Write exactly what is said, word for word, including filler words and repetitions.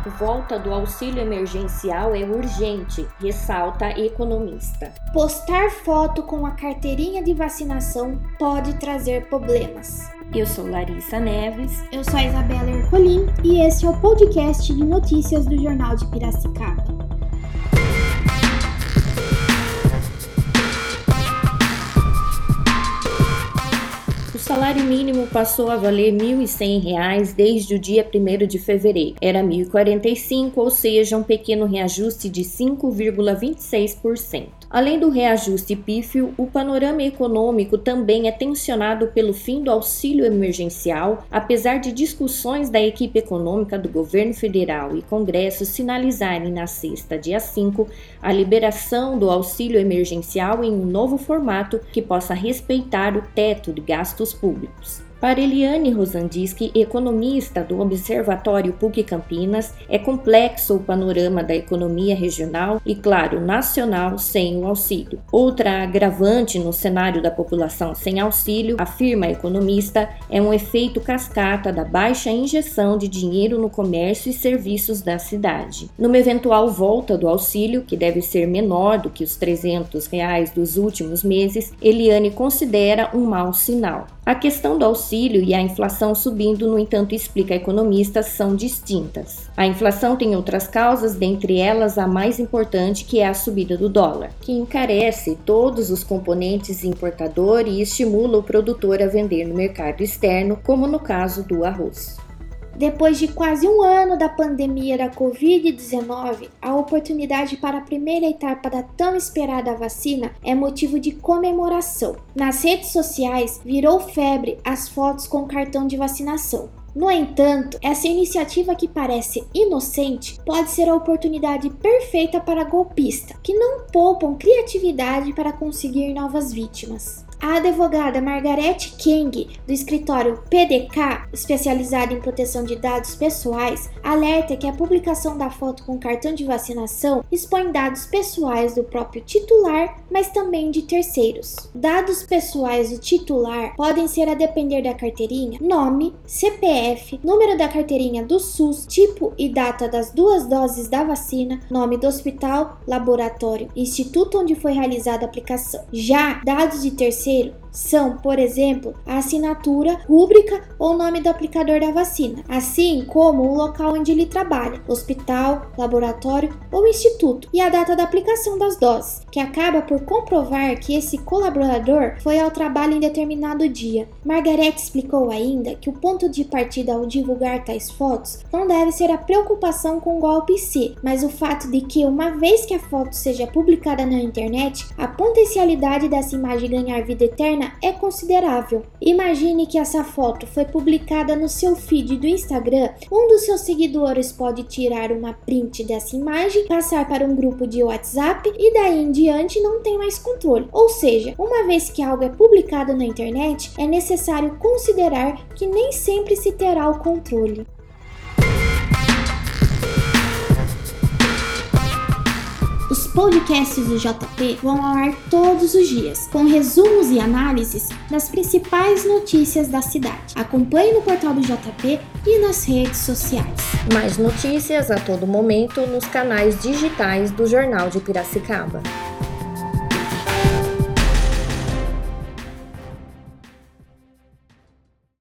Volta do auxílio emergencial é urgente, ressalta economista. Postar foto com a carteirinha de vacinação pode trazer problemas. Eu sou Larissa Neves. Eu sou a Isabela Ercolim e esse é o podcast de notícias do Jornal de Piracicaba. O salário mínimo passou a valer mil e cem reais desde o dia primeiro de fevereiro. Era mil e quarenta e cinco, ou seja, um pequeno reajuste de cinco vírgula vinte e seis por cento. Além do reajuste pífio, o panorama econômico também é tensionado pelo fim do auxílio emergencial, apesar de discussões da equipe econômica do governo federal e Congresso sinalizarem na sexta, dia cinco, a liberação do auxílio emergencial em um novo formato que possa respeitar o teto de gastos públicos. Para Eliane Rosandiski, economista do Observatório P U C Campinas, é complexo o panorama da economia regional e, claro, nacional sem o auxílio. Outra agravante no cenário da população sem auxílio, afirma a economista, é um efeito cascata da baixa injeção de dinheiro no comércio e serviços da cidade. Numa eventual volta do auxílio, que deve ser menor do que os trezentos reais dos últimos meses, Eliane considera um mau sinal. A questão do auxílio e a inflação subindo, no entanto, explica a economista, são distintas. A inflação tem outras causas, dentre elas a mais importante, que é a subida do dólar, que encarece todos os componentes importador e estimula o produtor a vender no mercado externo, como no caso do arroz. Depois de quase um ano da pandemia da covid dezenove, a oportunidade para a primeira etapa da tão esperada vacina é motivo de comemoração. Nas redes sociais, virou febre as fotos com cartão de vacinação. No entanto, essa iniciativa que parece inocente pode ser a oportunidade perfeita para golpistas, que não poupam criatividade para conseguir novas vítimas. A advogada Margarete Keng, do escritório P D K, especializada em proteção de dados pessoais, alerta que a publicação da foto com cartão de vacinação expõe dados pessoais do próprio titular, mas também de terceiros. Dados pessoais do titular podem ser, a depender da carteirinha, nome, C P F, número da carteirinha do SUS, tipo e data das duas doses da vacina, nome do hospital, laboratório, instituto onde foi realizada a aplicação. Já dados de terceiros são, por exemplo, a assinatura, rúbrica ou nome do aplicador da vacina, assim como o local onde ele trabalha, hospital, laboratório ou instituto, e a data da aplicação das doses, que acaba por comprovar que esse colaborador foi ao trabalho em determinado dia. Margarete explicou ainda que o ponto de partida ao divulgar tais fotos não deve ser a preocupação com o golpe em si, mas o fato de que, uma vez que a foto seja publicada na internet, a potencialidade dessa imagem ganhar vida eterna é considerável. Imagine que essa foto foi publicada no seu feed do Instagram, um dos seus seguidores pode tirar uma print dessa imagem, passar para um grupo de WhatsApp e daí em diante não tem mais controle. Ou seja, uma vez que algo é publicado na internet, é necessário considerar que nem sempre se terá o controle. Os podcasts do J P vão ao ar todos os dias, com resumos e análises das principais notícias da cidade. Acompanhe no portal do J P e nas redes sociais. Mais notícias a todo momento nos canais digitais do Jornal de Piracicaba.